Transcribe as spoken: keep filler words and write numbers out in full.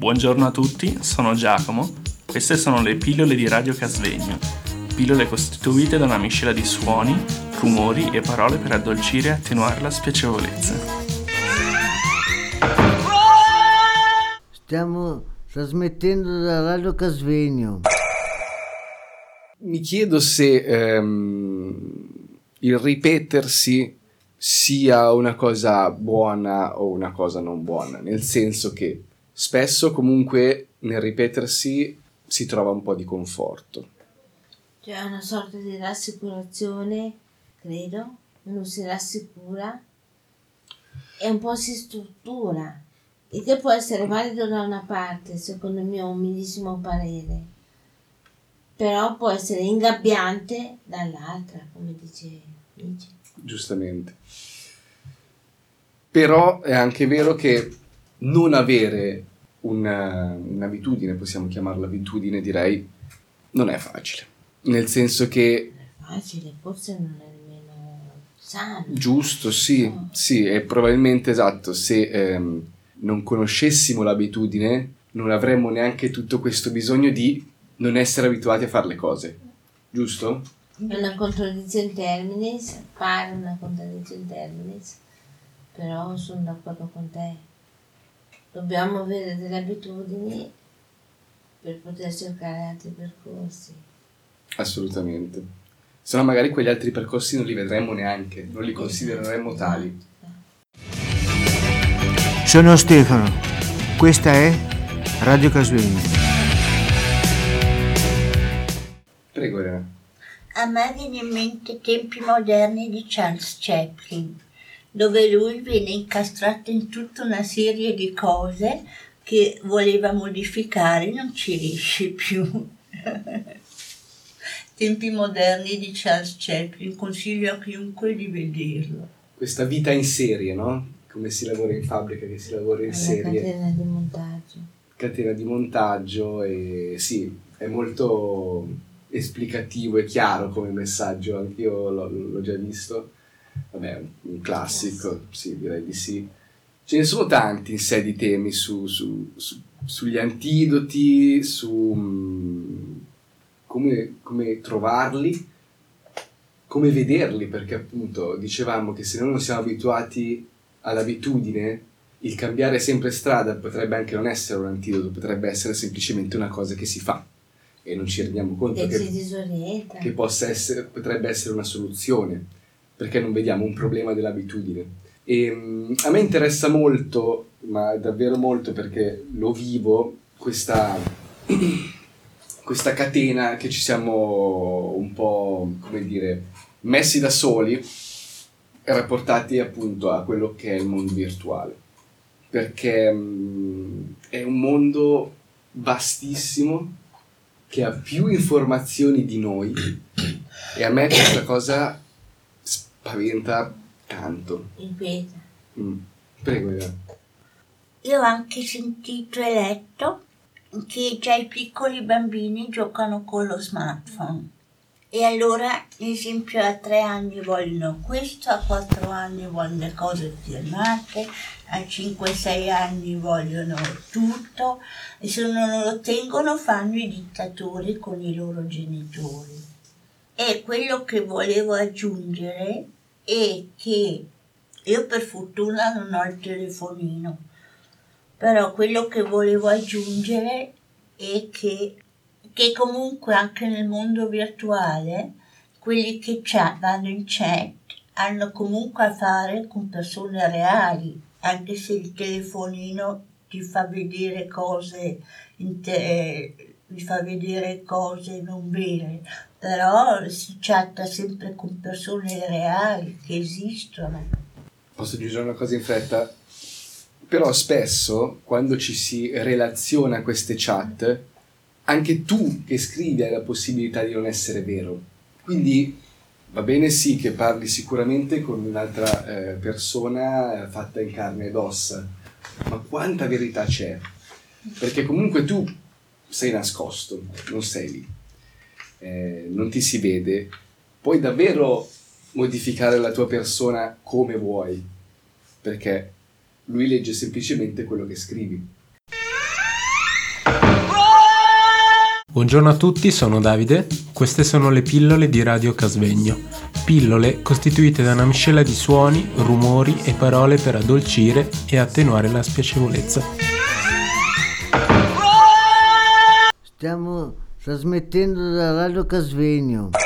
Buongiorno a tutti, sono Giacomo. Queste sono le pillole di Radio Casvegno. Pillole costituite da una miscela di suoni, rumori e parole per addolcire e attenuare la spiacevolezza. Stiamo trasmettendo da Radio Casvegno. Mi chiedo se ehm, il ripetersi sia una cosa buona o una cosa non buona, nel senso che spesso comunque nel ripetersi si trova un po' di conforto. C'è una sorta di rassicurazione, credo, uno si rassicura e un po' si struttura, il che può essere valido da una parte, secondo il mio umilissimo parere, però può essere ingabbiante dall'altra, come dice Nietzsche. Giustamente. Però è anche vero che non avere una, un'abitudine, possiamo chiamarla abitudine, direi, non è facile. Nel senso che... Non è facile, forse non è nemmeno sano. Giusto, sì, No. sì, è probabilmente esatto. Se ehm, non conoscessimo l'abitudine, non avremmo neanche tutto questo bisogno di non essere abituati a fare le cose. Giusto? È una contraddizione in terminis, pare una contraddizione in terminis, però sono d'accordo con te. Dobbiamo avere delle abitudini per poter cercare altri percorsi. Assolutamente. Se no magari quegli altri percorsi non li vedremmo neanche, non li considereremmo tali. Sono Stefano, questa è Radio Casvegno. Prego, Elena. A me viene in mente Tempi moderni di Charles Chaplin, dove lui viene incastrato in tutta una serie di cose che voleva modificare, non ci riesce più. Tempi moderni di Charles Chaplin, consiglio a chiunque di vederlo. Questa vita in serie, no? Come si lavora in fabbrica, che si lavora in Una serie. catena di montaggio. Catena di montaggio e sì, è molto esplicativo e chiaro come messaggio, anch'io l'ho, l'ho già visto. Vabbè, un classico, sì, direi di sì. Ce ne sono tanti in sé di temi su, su, su, sugli antidoti, su mh, come, come trovarli, come vederli, perché appunto dicevamo che se noi non siamo abituati all'abitudine, il cambiare sempre strada potrebbe anche non essere un antidoto, potrebbe essere semplicemente una cosa che si fa e non ci rendiamo conto E che, si disorienta. che possa essere, potrebbe essere una soluzione, perché non vediamo un problema dell'abitudine. E um, a me interessa molto, ma davvero molto, perché lo vivo, questa, questa catena che ci siamo un po', come dire, messi da soli e rapportati appunto a quello che è il mondo virtuale, perché um, è un mondo vastissimo che ha più informazioni di noi e a me questa cosa spaventa tanto. Inquieta. Mm. Prego, Elena. Io ho anche sentito e letto che già i piccoli bambini giocano con lo smartphone. E allora, ad esempio, a tre anni vogliono questo, a quattro anni vogliono le cose firmate, a cinque sei anni vogliono tutto, e se non lo ottengono fanno i dittatori con i loro genitori. E quello che volevo aggiungere è che io per fortuna non ho il telefonino, però quello che volevo aggiungere è che che comunque anche nel mondo virtuale quelli che chat, vanno in chat hanno comunque a fare con persone reali, anche se il telefonino ti fa vedere cose, te, ti fa vedere cose non vere, però si chatta sempre con persone reali che esistono. Posso aggiungere una cosa in fretta? Però spesso quando ci si relaziona a queste chat, anche tu che scrivi hai la possibilità di non essere vero. Quindi va bene sì che parli sicuramente con un'altra eh, persona fatta in carne ed ossa, ma quanta verità c'è? Perché comunque tu sei nascosto, non sei lì, eh, non ti si vede, puoi davvero modificare la tua persona come vuoi, perché lui legge semplicemente quello che scrivi. Buongiorno a tutti, sono Davide. Queste sono le pillole di Radio Casvegno. Pillole costituite da una miscela di suoni, rumori e parole per addolcire e attenuare la spiacevolezza. Stiamo trasmettendo da Radio Casvegno.